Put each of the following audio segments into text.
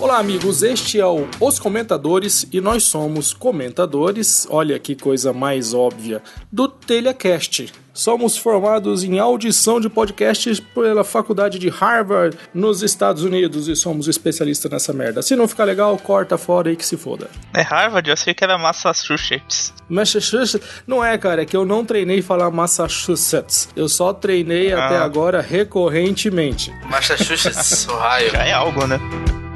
Olá amigos, este é o Os Comentadores e nós somos comentadores, olha que coisa mais óbvia, do TelhaCast. Somos formados em audição de podcasts pela faculdade de Harvard, nos Estados Unidos, e somos especialistas nessa merda. Se não ficar legal, corta fora aí que se foda. É Harvard? Eu achei que era Massachusetts. Massachusetts? Não é, cara, é que eu não treinei falar Massachusetts. Eu só treinei até agora recorrentemente. Massachusetts, Ohio. Já é algo, né?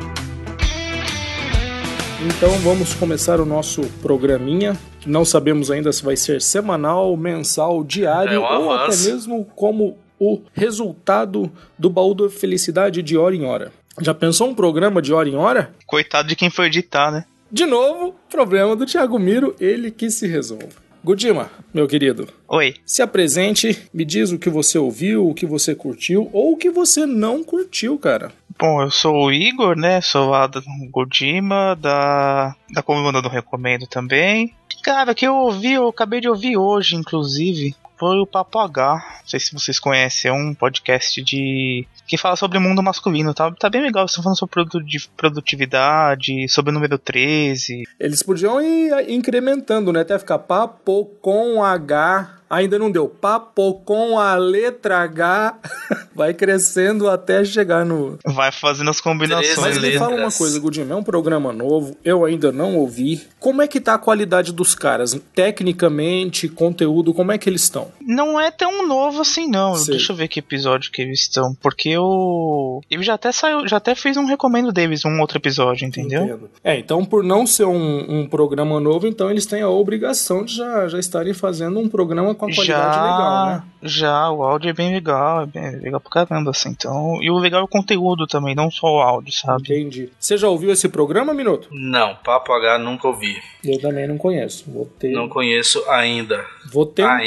Então vamos começar o nosso programinha. Não sabemos ainda se vai ser semanal, mensal, diário ou até mesmo como o resultado do baú da felicidade de hora em hora. Já pensou um programa de hora em hora? Coitado de quem foi editar, né? De novo, problema do Thiago Miro, ele que se resolve. Gudima, meu querido. Oi. Se apresente, me diz o que você ouviu, o que você curtiu ou o que você não curtiu, cara. Bom, eu sou o Igor, né? Sou lá do Gojima, da Comanda do Recomendo também. Cara, que eu acabei de ouvir hoje, inclusive, foi o Papo H. Não sei se vocês conhecem, é um podcast que fala sobre o mundo masculino, tá bem legal. Eles estão falando sobre produtividade, sobre o número 13. Eles podiam ir incrementando, né? Até ficar Papo com H. Ainda não deu. Papo com a letra H. Vai crescendo até chegar no... Vai fazendo as combinações. Mas me fala uma coisa, Gudinho. É um programa novo. Eu ainda não ouvi. Como é que tá a qualidade dos caras? Tecnicamente, conteúdo, como é que eles estão? Não é tão novo assim, não. Sei. Deixa eu ver que episódio que eles estão. Porque ele já até fez um recomendo deles, um outro episódio, entendeu? Entendo. Então por não ser um programa novo, então eles têm a obrigação de já estarem fazendo um programa com a qualidade legal, né? Já, o áudio é bem legal pra caramba, assim, então... E o legal é o conteúdo também, não só o áudio, sabe? Entendi. Você já ouviu esse programa, Minuto? Não, Papo H nunca ouvi. Eu também não conheço. Não conheço ainda. Vou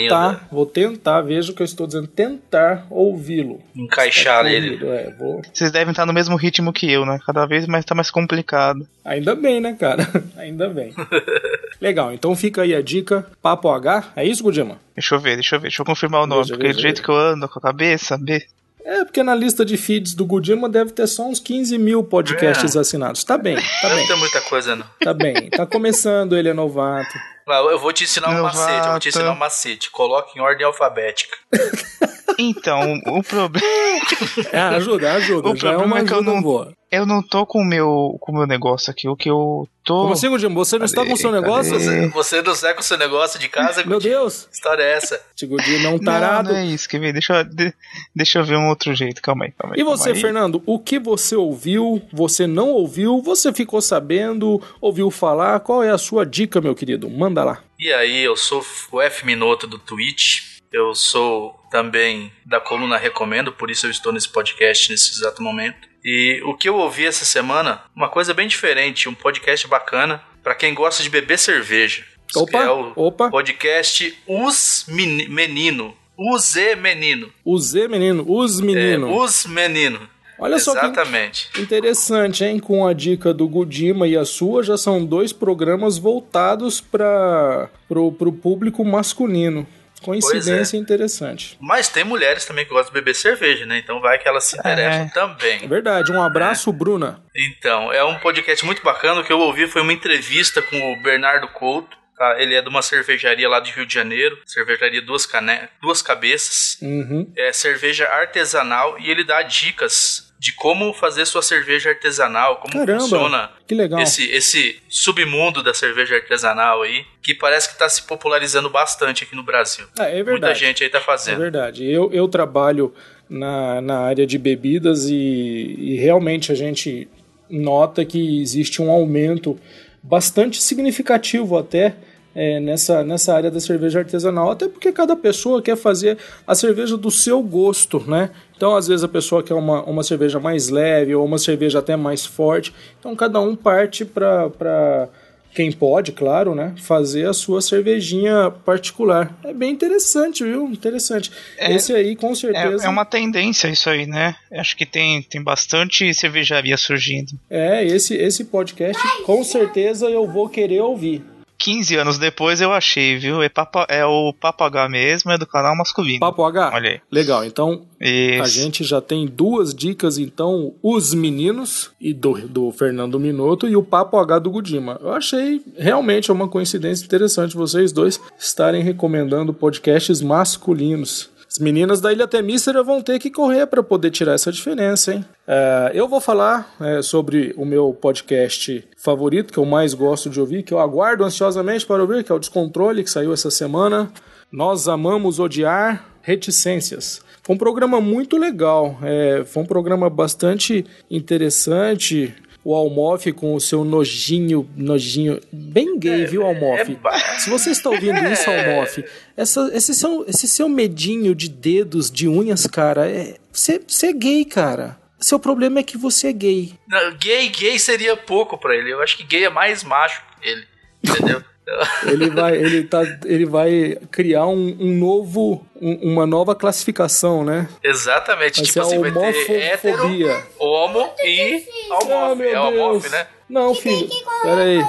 tentar, veja o que eu estou dizendo, tentar ouvi-lo. Encaixar ele. Vocês devem estar no mesmo ritmo que eu, né? Cada vez mais tá mais complicado. Ainda bem, né, cara? Ainda bem. Legal, então fica aí a dica, Papo H, é isso, Gudima? Deixa eu confirmar o nome, porque do jeito que eu ando com a cabeça, porque na lista de feeds do Gudima deve ter só uns 15 mil podcasts assinados. Tá bem. Não tem muita coisa, não. Tá bem, tá começando, ele é novato. Eu vou te ensinar um macete. Coloque em ordem alfabética. Então, o problema... Ajuda. O já problema é que eu não tô com o meu negócio aqui. O que eu tô... Como assim, Gudima? Você não está com o seu negócio? Você não está com o seu negócio de casa? Meu Deus! Que história é essa? Gudima não tarado. Não é isso, quer ver? Deixa eu ver um outro jeito. Calma aí. E você, Fernando? O que você ouviu? Você não ouviu? Você ficou sabendo? Ouviu falar? Qual é a sua dica, meu querido? Manda lá. E aí, eu sou o F Minuto do Twitch. Eu sou também da coluna Recomendo, por isso eu estou nesse podcast nesse exato momento. E o que eu ouvi essa semana, uma coisa bem diferente, um podcast bacana para quem gosta de beber cerveja. Opa! Podcast Os Menino. Os Menino. Os Menino. Os Menino. Olha só que interessante, hein? Com a dica do Gudima e a sua, já são 2 programas voltados para o público masculino. Coincidência interessante. Mas tem mulheres também que gostam de beber cerveja, né? Então vai que elas se interessam também. É verdade. Um abraço, Bruna. Então, é um podcast muito bacana. O que eu ouvi foi uma entrevista com o Bernardo Couto. Tá? Ele é de uma cervejaria lá de Rio de Janeiro. Cervejaria Duas Cabeças. Uhum. É cerveja artesanal e ele dá dicas de como fazer sua cerveja artesanal, como funciona que legal. Esse submundo da cerveja artesanal aí, que parece que está se popularizando bastante aqui no Brasil. É verdade. Muita gente aí está fazendo. É verdade. Eu trabalho na área de bebidas e realmente a gente nota que existe um aumento bastante significativo até nessa área da cerveja artesanal, até porque cada pessoa quer fazer a cerveja do seu gosto, né? Então, às vezes, a pessoa quer uma cerveja mais leve ou uma cerveja até mais forte. Então, cada um parte para quem pode, claro, né? Fazer a sua cervejinha particular. É bem interessante, viu? Interessante. Esse aí, com certeza... É uma tendência isso aí, né? Acho que tem bastante cervejaria surgindo. Esse podcast, com certeza, eu vou querer ouvir. 15 anos depois eu achei, viu? É o Papo H mesmo, é do canal masculino. Papo H? Olha aí. Legal, então Isso. a gente já tem 2 dicas, então, Os Meninos, e do Fernando Minotto, e o Papo H do Gudima. Eu achei realmente uma coincidência interessante vocês dois estarem recomendando podcasts masculinos. As meninas da Ilha Temícera vão ter que correr para poder tirar essa diferença, hein? Eu vou falar sobre o meu podcast favorito, que eu mais gosto de ouvir, que eu aguardo ansiosamente para ouvir, que é o Descontrole, que saiu essa semana. Nós Amamos Odiar Reticências. Foi um programa muito legal, foi um programa bastante interessante. O Almof com o seu nojinho, bem gay, viu, Almof? Se você está ouvindo isso, Almof, esse seu medinho de dedos, de unhas, cara, você é gay, cara. Seu problema é que você é gay. Não, gay seria pouco pra ele. Eu acho que gay é mais macho que ele, entendeu? Ele vai criar uma nova classificação, né? Exatamente. Vai tipo ser assim, vai ter homofobia. hétero, homo e almof. É almof, né? Não, filho. Peraí.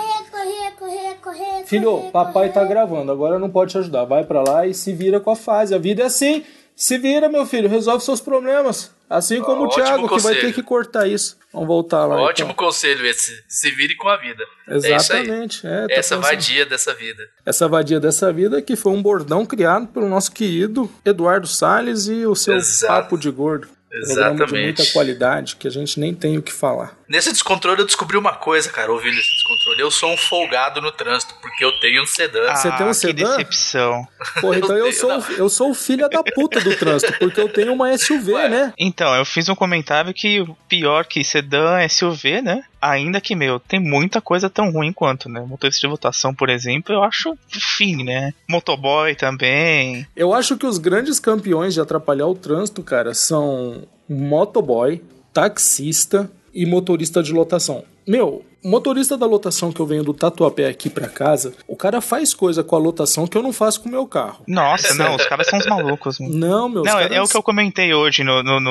Correr. Filho, papai tá gravando. Agora não pode te ajudar. Vai pra lá e se vira com a fase. A vida é assim. Se vira, meu filho. Resolve seus problemas. Assim como o Thiago, que vai ter que cortar isso. Vamos voltar lá. Ótimo então. Conselho esse. Se vire com a vida. Exatamente. Essa vadia dessa vida. Essa vadia dessa vida, que foi um bordão criado pelo nosso querido Eduardo Salles e o seu Papo de Gordo. Exatamente. Programa de muita qualidade, que a gente nem tem o que falar. Nesse Descontrole eu descobri uma coisa, cara, ouvindo esse Descontrole. Eu sou um folgado no trânsito, porque eu tenho um sedã. Você tem um sedã? Que decepção. Porra, então eu sou o filho da puta do trânsito, porque eu tenho uma SUV, né? Então, eu fiz um comentário que pior que sedã, SUV, né? Ainda que, tem muita coisa tão ruim quanto, né? Motorista de votação, por exemplo, eu acho fim, né? Motoboy também. Eu acho que os grandes campeões de atrapalhar o trânsito, cara, são motoboy, taxista e motorista de lotação. Motorista da lotação que eu venho do Tatuapé aqui pra casa, o cara faz coisa com a lotação que eu não faço com o meu carro. Nossa, não, os caras são uns malucos. Não, Não, é o que eu comentei hoje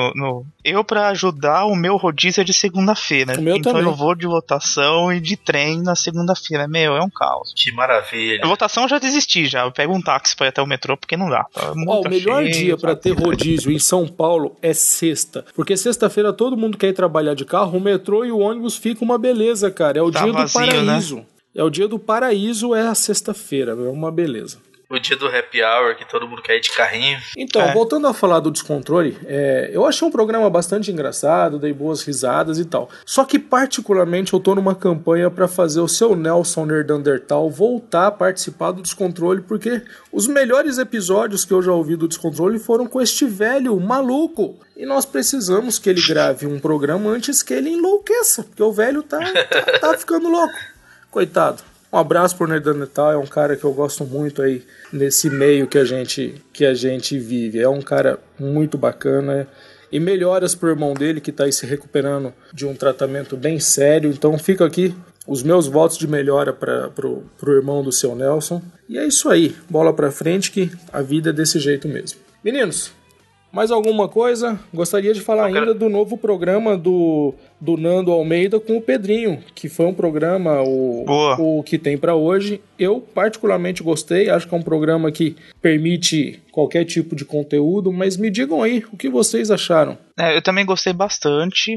Eu, pra ajudar, o meu rodízio é de segunda-feira. O meu então também. eu vou de lotação e de trem na segunda-feira. É um caos. Que maravilha. A lotação eu já desisti, já. Eu pego um táxi pra ir até o metrô, porque não dá. O melhor dia pra ter rodízio em São Paulo é sexta. Porque sexta-feira todo mundo quer ir trabalhar de carro, o metrô e o ônibus ficam uma beleza, cara. É o dia do paraíso. Né? É o dia do paraíso, é a sexta-feira. É uma beleza. O dia do happy hour, que todo mundo quer ir de carrinho. Então, voltando a falar do Descontrole, eu achei um programa bastante engraçado, dei boas risadas e tal. Só que, particularmente, eu tô numa campanha pra fazer o seu Nelson Nerdandertal voltar a participar do Descontrole, porque os melhores episódios que eu já ouvi do Descontrole foram com este velho maluco. E nós precisamos que ele grave um programa antes que ele enlouqueça, porque o velho tá ficando louco. Coitado. Um abraço pro Nerdandertal, é um cara que eu gosto muito aí nesse meio que a gente vive. É um cara muito bacana. E melhoras pro irmão dele, que tá aí se recuperando de um tratamento bem sério. Então fica aqui os meus votos de melhora pro irmão do seu Nelson. E é isso aí, bola pra frente, que a vida é desse jeito mesmo. Meninos, mais alguma coisa? Gostaria de falar ainda do novo programa do Nando Almeida com o Pedrinho, que foi um programa, o que tem pra hoje. Eu particularmente gostei, acho que é um programa que permite qualquer tipo de conteúdo, mas me digam aí, o que vocês acharam? Eu também gostei bastante.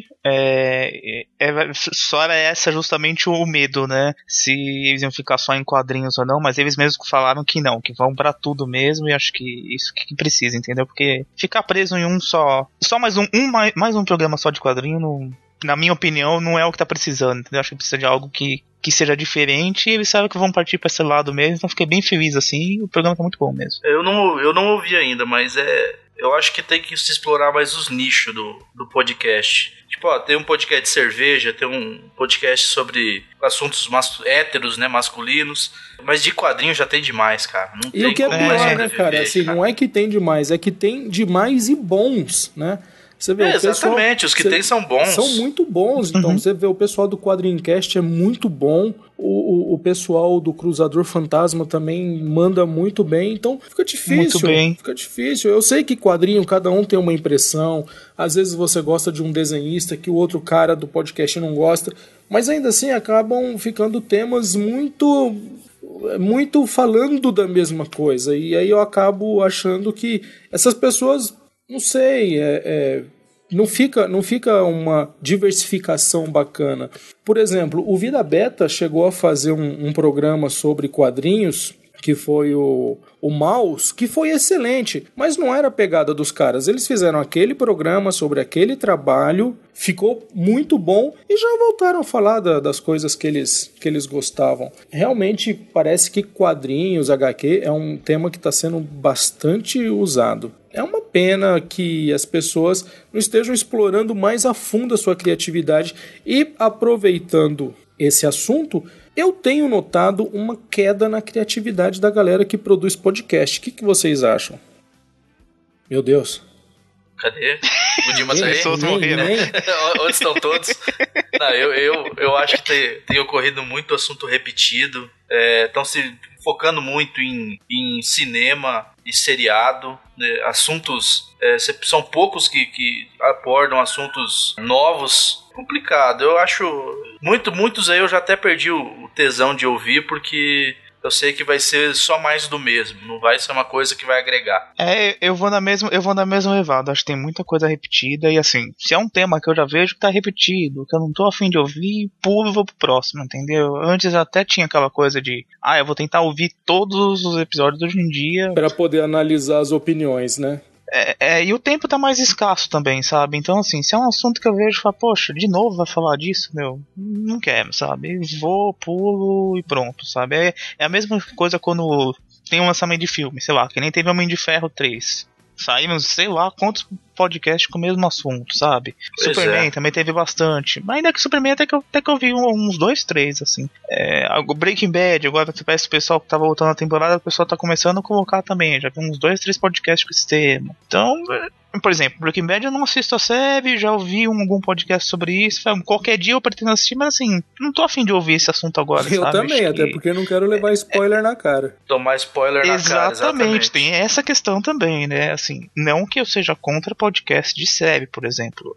Só era essa justamente o medo, né? Se eles iam ficar só em quadrinhos ou não, mas eles mesmos falaram que não, que vão pra tudo mesmo, e acho que isso que precisa, entendeu? Porque ficar preso em um só mais um programa só de quadrinho, não, na minha opinião, não é o que tá precisando, entendeu? Acho que precisa de algo que seja diferente, e eles sabem que vão partir pra esse lado mesmo, então fiquei bem feliz assim, o programa tá muito bom mesmo. Eu não ouvi ainda, mas eu acho que tem que se explorar mais os nichos do podcast. Tipo, tem um podcast de cerveja, tem um podcast sobre assuntos héteros, né, masculinos, mas de quadrinho já tem demais, cara. Não e o que é pior, né, cara? Assim, não é que tem demais, é que tem demais e bons, né? Você vê, exatamente, os que tem são bons. São muito bons, então você vê o pessoal do Quadrincast é muito bom, o pessoal do Cruzador Fantasma também manda muito bem, então fica difícil. Muito bem. Fica difícil. Eu sei que quadrinho, cada um tem uma impressão, às vezes você gosta de um desenhista que o outro cara do podcast não gosta, mas ainda assim acabam ficando temas muito muito falando da mesma coisa. E aí eu acabo achando que essas pessoas, não sei, não fica uma diversificação bacana. Por exemplo, o Vida Beta chegou a fazer um programa sobre quadrinhos, que foi o Maus, que foi excelente, mas não era a pegada dos caras. Eles fizeram aquele programa sobre aquele trabalho, ficou muito bom e já voltaram a falar das coisas que eles gostavam. Realmente parece que quadrinhos, HQ, é um tema que está sendo bastante usado. É uma pena que as pessoas não estejam explorando mais a fundo a sua criatividade e aproveitando esse assunto. Eu tenho notado uma queda na criatividade da galera que produz podcast. O que vocês acham? Meu Deus. Cadê? O Dima tá aí? Onde estão todos? Não, eu acho que tem ocorrido muito assunto repetido. Estão se focando muito em cinema e seriado. Assuntos... são poucos que abordam assuntos novos. Complicado. Eu acho... Muitos aí eu já até perdi o tesão de ouvir, porque eu sei que vai ser só mais do mesmo. Não vai ser uma coisa que vai agregar. Eu vou na mesma levada. Acho que tem muita coisa repetida. E assim, se é um tema que eu já vejo que tá repetido, que eu não tô a fim de ouvir, pulo e vou pro próximo, entendeu? Antes até tinha aquela coisa de eu vou tentar ouvir todos os episódios hoje em dia pra poder analisar as opiniões, né? E o tempo tá mais escasso também, sabe? Então, assim, se é um assunto que eu vejo e falo, poxa, de novo vai falar disso, meu, não quero, sabe? Vou, pulo e pronto, sabe? É a mesma coisa quando tem um lançamento de filme, sei lá, que nem teve Homem de Ferro 3. Saímos, sei lá, quantos podcasts com o mesmo assunto, sabe? Pois Superman também teve bastante. Mas ainda que Superman até que eu vi uns 2, 3, assim. O Breaking Bad, agora parece o pessoal que tá voltando a temporada, o pessoal tá começando a colocar também. Já vi uns 2, 3 podcasts com esse tema. Então, por exemplo, Breaking Bad eu não assisto a série, já ouvi algum podcast sobre isso. Qualquer dia eu pretendo assistir, mas assim, não tô a fim de ouvir esse assunto agora, eu sabe? Também, até porque eu não quero levar spoiler na cara. Tomar spoiler na cara, exatamente. Tem essa questão também, né? Assim, não que eu seja contra podcast de série, por exemplo.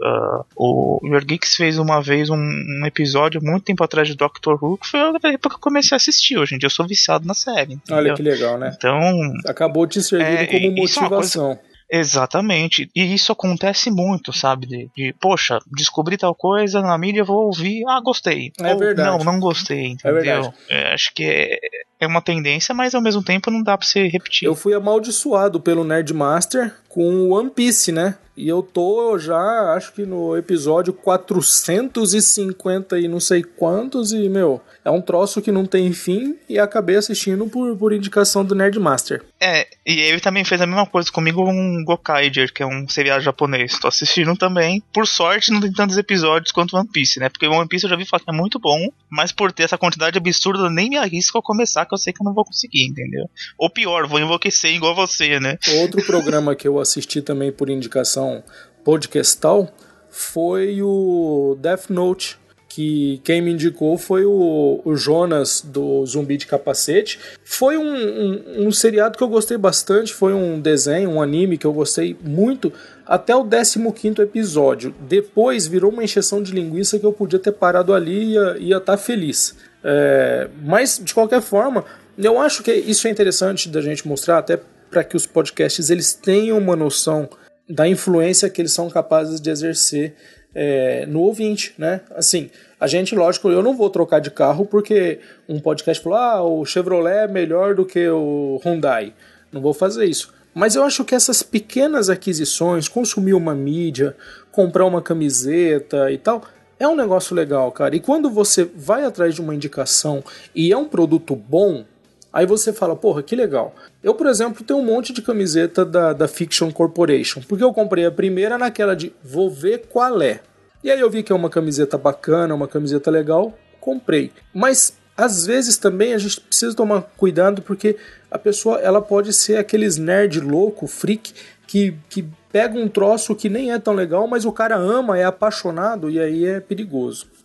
O Your Geeks fez uma vez um episódio muito tempo atrás de Doctor Who, que foi a época que eu comecei a assistir. Hoje em dia eu sou viciado na série. Entendeu? Olha que legal, né? Então, acabou te servindo como motivação. Exatamente, e isso acontece muito, sabe, poxa, descobri tal coisa na mídia, vou ouvir, gostei, ou verdade. Não gostei, entendeu? Acho que é uma tendência, mas ao mesmo tempo não dá pra ser repetido. Eu fui amaldiçoado pelo Nerdmaster com One Piece, né? E eu tô já, acho que no episódio 450 e não sei quantos, e, meu, é um troço que não tem fim, e acabei assistindo por indicação do Nerdmaster. E ele também fez a mesma coisa comigo com Gokaiger, que é um seriado japonês. Tô assistindo também. Por sorte, não tem tantos episódios quanto One Piece, né? Porque One Piece eu já vi falar que é muito bom, mas por ter essa quantidade absurda, eu nem me arrisco a começar, que eu sei que eu não vou conseguir, entendeu? Ou pior, vou enlouquecer igual você, né? Outro programa que eu assisti também por indicação podcastal foi o Death Note, que quem me indicou foi o Jonas do Zumbi de Capacete. Foi um seriado que eu gostei bastante, foi um desenho, um anime que eu gostei muito, até o 15º episódio. Depois virou uma encheção de linguiça que eu podia ter parado ali e ia estar feliz. Mas, de qualquer forma, eu acho que isso é interessante da gente mostrar, até para que os podcasts eles tenham uma noção da influência que eles são capazes de exercer no ouvinte, né? Assim, a gente, lógico, eu não vou trocar de carro porque um podcast falou, o Chevrolet é melhor do que o Hyundai. Não vou fazer isso. Mas eu acho que essas pequenas aquisições, consumir uma mídia, comprar uma camiseta e tal, é um negócio legal, cara. E quando você vai atrás de uma indicação e é um produto bom, aí você fala, porra, que legal. Eu, por exemplo, tenho um monte de camiseta da Fiction Corporation, porque eu comprei a primeira naquela de vou ver qual é. E aí eu vi que é uma camiseta bacana, uma camiseta legal, comprei. Mas, às vezes também a gente precisa tomar cuidado, porque a pessoa ela pode ser aqueles nerd louco, freak, que pega um troço que nem é tão legal, mas o cara ama, é apaixonado, e aí é perigoso.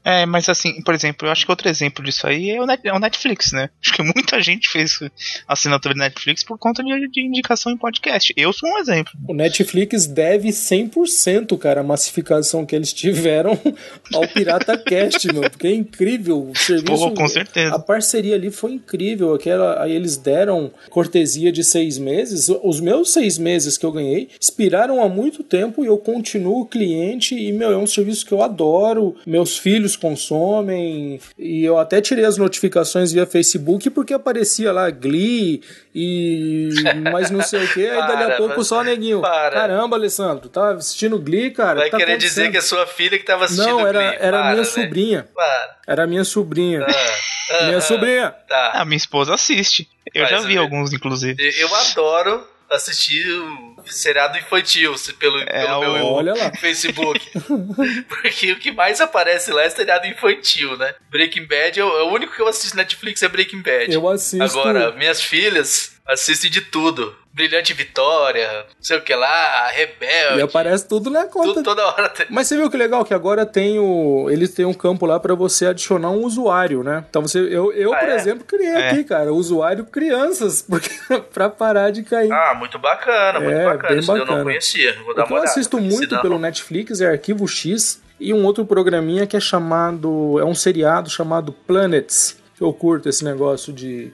Mas assim, por exemplo, eu acho que outro exemplo disso aí é o Netflix, né? Acho que muita gente fez assinatura de Netflix por conta de indicação em podcast. Eu sou um exemplo. O Netflix deve 100%, cara, a massificação que eles tiveram ao PirataCast, meu, porque é incrível o serviço. Com certeza. A parceria ali foi incrível. Aí eles deram cortesia de 6 meses. Os meus 6 meses que eu ganhei expiraram há muito tempo e eu continuo cliente e, meu, é um serviço que eu adoro. Meus filhos consomem e eu até tirei as notificações via Facebook porque aparecia lá Glee e mais não sei o que, aí dali a pouco só neguinho. Caramba, Alessandro, tá assistindo Glee, cara? Vai tá querer dizer que é sua filha que tava assistindo Glee? Não, era minha sobrinha. Era minha sobrinha. Minha sobrinha. Tá. A minha esposa assiste. Eu já vi alguns, inclusive. Eu adoro assistir seriado infantil pelo meu Facebook. Porque o que mais aparece lá é seriado infantil, né? Breaking Bad, o único que eu assisto na Netflix é Breaking Bad. Eu assisto. Agora, minhas filhas assistem de tudo. Brilhante Vitória, não sei o que lá, Rebelde. E aparece tudo na conta. Tudo, toda hora tem. Mas você viu que legal? Que agora eles têm um campo lá pra você adicionar um usuário, né? Então por exemplo, criei aqui, cara, usuário crianças, porque pra parar de cair. Muito bacana, muito bacana. Bem Isso bacana. eu não conhecia. Vou dar uma olhada. Eu assisto muito pelo Netflix, é Arquivo X, e um outro programinha que é um seriado chamado Planets, que eu curto esse negócio de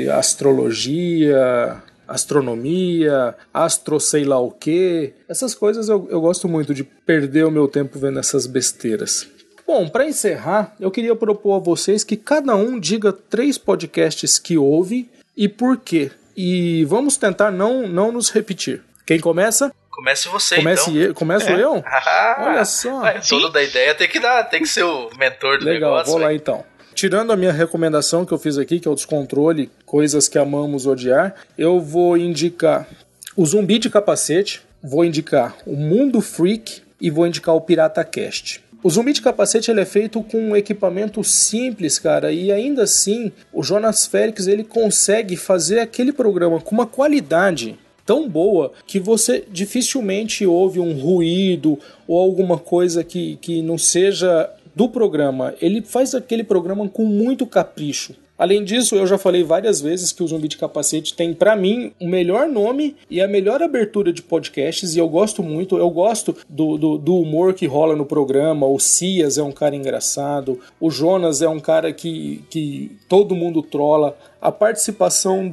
astrologia, astronomia, astro sei lá o que. Essas coisas eu gosto muito de perder o meu tempo vendo essas besteiras. Bom, para encerrar, eu queria propor a vocês que cada um diga 3 podcasts que ouve e por quê. E vamos tentar não nos repetir. Quem começa? Comece você, então. Começo eu? Olha só. Dono da ideia tem que ser o mentor do Legal, negócio. Vou lá então. Tirando a minha recomendação que eu fiz aqui, que é o Descontrole, coisas que amamos odiar, eu vou indicar o Zumbi de Capacete, vou indicar o Mundo Freak e vou indicar o PirataCast. O Zumbi de Capacete ele é feito com um equipamento simples, cara, e ainda assim o Jonas Félix ele consegue fazer aquele programa com uma qualidade tão boa que você dificilmente ouve um ruído ou alguma coisa que não seja do programa. Ele faz aquele programa com muito capricho. Além disso, eu já falei várias vezes que o Zumbi de Capacete tem, pra mim, o melhor nome e a melhor abertura de podcasts, e eu gosto muito. Eu gosto do humor que rola no programa. O Cias é um cara engraçado, o Jonas é um cara que todo mundo trola. A participação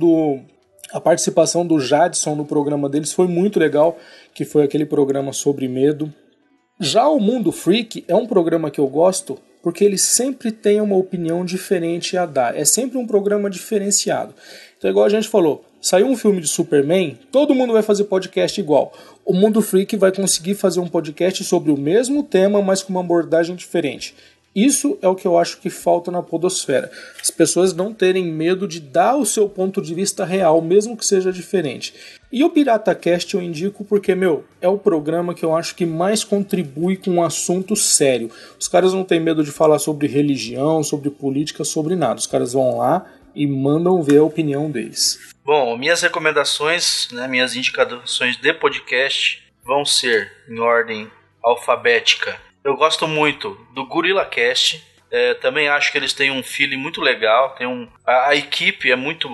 do Jadson no programa deles foi muito legal, que foi aquele programa sobre medo. Já o Mundo Freak é um programa que eu gosto porque ele sempre tem uma opinião diferente a dar. É sempre um programa diferenciado. Então, igual a gente falou, saiu um filme de Superman, todo mundo vai fazer podcast igual. O Mundo Freak vai conseguir fazer um podcast sobre o mesmo tema, mas com uma abordagem diferente. Isso é o que eu acho que falta na podosfera. As pessoas não terem medo de dar o seu ponto de vista real, mesmo que seja diferente. E o PirataCast eu indico porque, é o programa que eu acho que mais contribui com um assunto sério. Os caras não têm medo de falar sobre religião, sobre política, sobre nada. Os caras vão lá e mandam ver a opinião deles. Bom, minhas recomendações, minhas indicações de podcast vão ser em ordem alfabética. Eu gosto muito do GorillaCast. Também acho que eles têm um feeling muito legal. A equipe é muito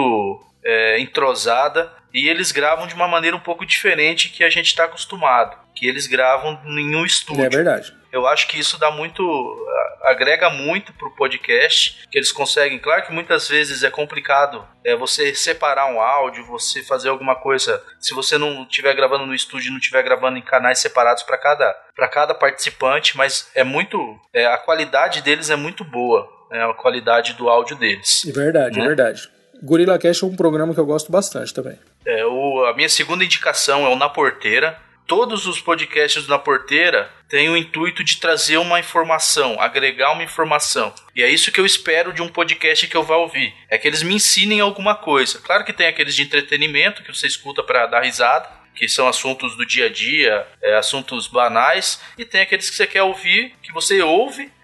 entrosada. E eles gravam de uma maneira um pouco diferente que a gente está acostumado. Que eles gravam em um estúdio. É verdade. Eu acho que isso agrega muito pro podcast, que eles conseguem. Claro que muitas vezes é complicado você separar um áudio, você fazer alguma coisa. Se você não estiver gravando no estúdio, não estiver gravando em canais separados para cada participante, mas a qualidade deles é muito boa, a qualidade do áudio deles. É verdade, é verdade. GorillaCast é um programa que eu gosto bastante também. A minha segunda indicação é o Na Porteira. Todos os podcasts do Na Porteira têm o intuito de trazer uma informação, agregar uma informação. E é isso que eu espero de um podcast que eu vá ouvir. É que eles me ensinem alguma coisa. Claro que tem aqueles de entretenimento que você escuta para dar risada, que são assuntos do dia a dia, assuntos banais. E tem aqueles que você quer ouvir, que você ouve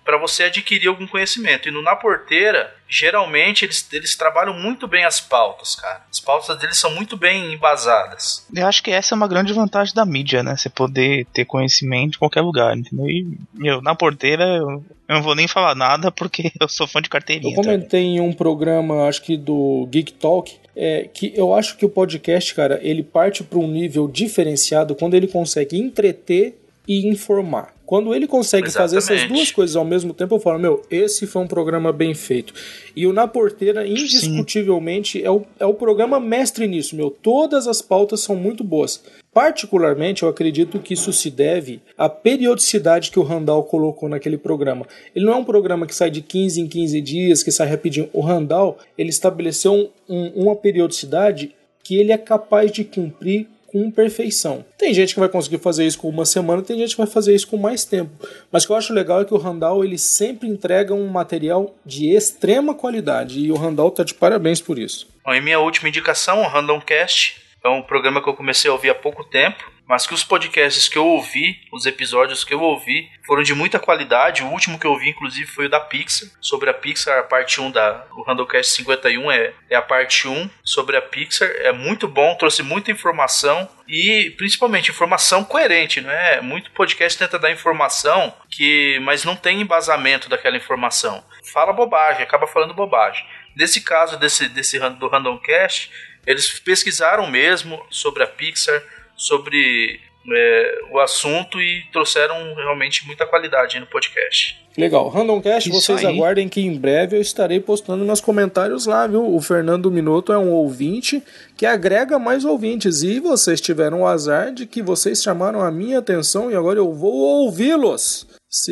para você adquirir algum conhecimento. E no Na Porteira, geralmente eles trabalham muito bem as pautas, cara. As pautas deles são muito bem embasadas. Eu acho que essa é uma grande vantagem da mídia, né? Você poder ter conhecimento em qualquer lugar, entendeu? E, Na Porteira, eu não vou nem falar nada porque eu sou fã de carteirinha. Eu comentei em um programa, acho que do Geek Talk, que eu acho que o podcast, cara, ele parte para um nível diferenciado quando ele consegue entreter e informar. Quando ele consegue fazer essas duas coisas ao mesmo tempo, eu falo, esse foi um programa bem feito. E o Na Porteira, indiscutivelmente, é o programa mestre nisso, Todas as pautas são muito boas. Particularmente, eu acredito que isso se deve à periodicidade que o Randall colocou naquele programa. Ele não é um programa que sai de 15 em 15 dias, que sai rapidinho. O Randall, ele estabeleceu uma periodicidade que ele é capaz de cumprir com perfeição. Tem gente que vai conseguir fazer isso com uma semana, tem gente que vai fazer isso com mais tempo. Mas o que eu acho legal é que o Randall, ele sempre entrega um material de extrema qualidade, e o Randall tá de parabéns por isso. Bom, e minha última indicação, o Randomcast, é um programa que eu comecei a ouvir há pouco tempo, mas que os podcasts que eu ouvi, os episódios que eu ouvi, foram de muita qualidade. O último que eu ouvi, inclusive, foi o da Pixar. Sobre a Pixar, a parte 1 o Randomcast 51 é a parte 1 sobre a Pixar. É muito bom, trouxe muita informação e, principalmente, informação coerente, não é? Muito podcast tenta dar informação, mas não tem embasamento daquela informação. Fala bobagem, acaba falando bobagem. Nesse caso do Randomcast, eles pesquisaram mesmo sobre a Pixar, sobre o assunto e trouxeram realmente muita qualidade no podcast. Legal, Randomcast, vocês aguardem que em breve eu estarei postando nos comentários lá, viu? O Fernando Minotto é um ouvinte que agrega mais ouvintes e vocês tiveram o azar de que vocês chamaram a minha atenção e agora eu vou ouvi-los. Se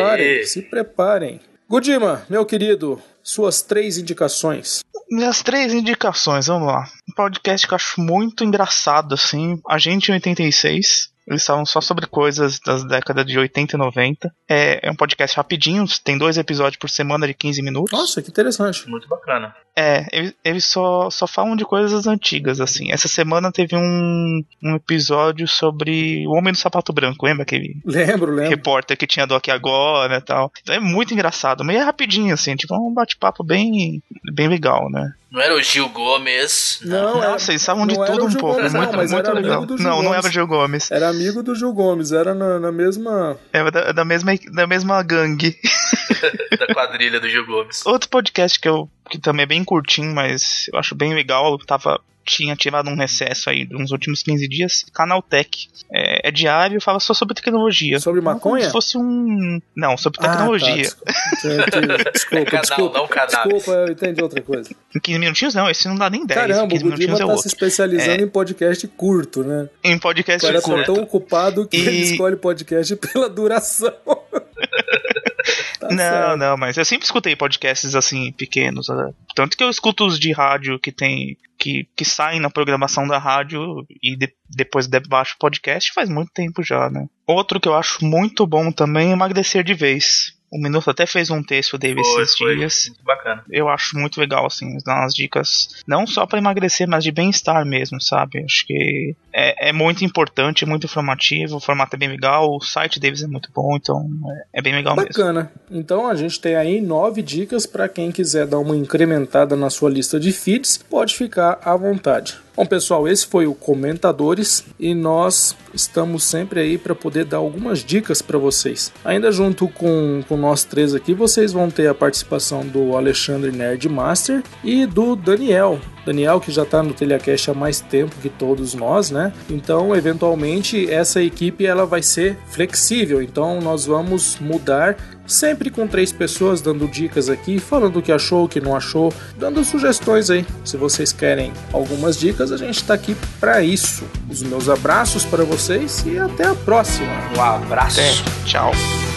preparem. Gudima, meu querido, suas 3 indicações. Minhas 3 indicações, vamos lá. Um podcast que eu acho muito engraçado, assim, Agente 86. Eles falam só sobre coisas das décadas de 80 e 90. É um podcast rapidinho, tem 2 episódios por semana de 15 minutos. Nossa, que interessante. Muito bacana. Eles só falam de coisas antigas, assim. Essa semana teve um episódio sobre o Homem do Sapato Branco, lembra aquele Lembro. repórter que tinha do Aqui Agora e tal. Então é muito engraçado, mas é rapidinho, assim, tipo um bate-papo bem legal, né? Não era o Gil Gomes? Nossa, eles estavam de tudo um pouco. Gomes, muito legal. Não era o Gil Gomes. Era amigo do Gil Gomes, era na mesma... Era da mesma gangue. Da quadrilha do Gil Gomes. Outro podcast que também é bem curtinho, mas eu acho bem legal, tinha tirado um recesso aí nos últimos 15 dias, Canaltech. É diário, fala só sobre tecnologia. Sobre maconha? Como se fosse Não, sobre tecnologia. Tá, desculpa, eu entendi outra coisa. Em 15 minutinhos não, esse não dá nem 10. Caramba, o Gudima tá se especializando em podcast curto, né? Em podcast curto. O cara tá tão ocupado que ele escolhe podcast pela duração. Não, mas eu sempre escutei podcasts assim, pequenos. Né? Tanto que eu escuto os de rádio que saem na programação da rádio e depois baixo o podcast faz muito tempo já, né? Outro que eu acho muito bom também é Emagrecer de Vez. O Minuto até fez um texto dele esses dias. Muito bacana. Eu acho muito legal, assim, dar umas dicas, não só pra emagrecer, mas de bem-estar mesmo, sabe? Acho que é muito importante, muito informativo, o formato é bem legal, o site deles é muito bom, então é bem legal mesmo. Bacana. Então a gente tem aí 9 dicas pra quem quiser dar uma incrementada na sua lista de feeds, pode ficar à vontade. Bom, pessoal, esse foi o Comentadores e nós estamos sempre aí para poder dar algumas dicas para vocês. Ainda junto com nós 3 aqui, vocês vão ter a participação do Alexandre Nerdmaster e do Daniel. Daniel, que já está no Telecast há mais tempo que todos nós, né? Então, eventualmente, essa equipe ela vai ser flexível. Então, nós vamos mudar sempre com 3 pessoas dando dicas aqui, falando o que achou, o que não achou, dando sugestões aí. Se vocês querem algumas dicas, a gente está aqui para isso. Os meus abraços para vocês e até a próxima. Um abraço. Tchau.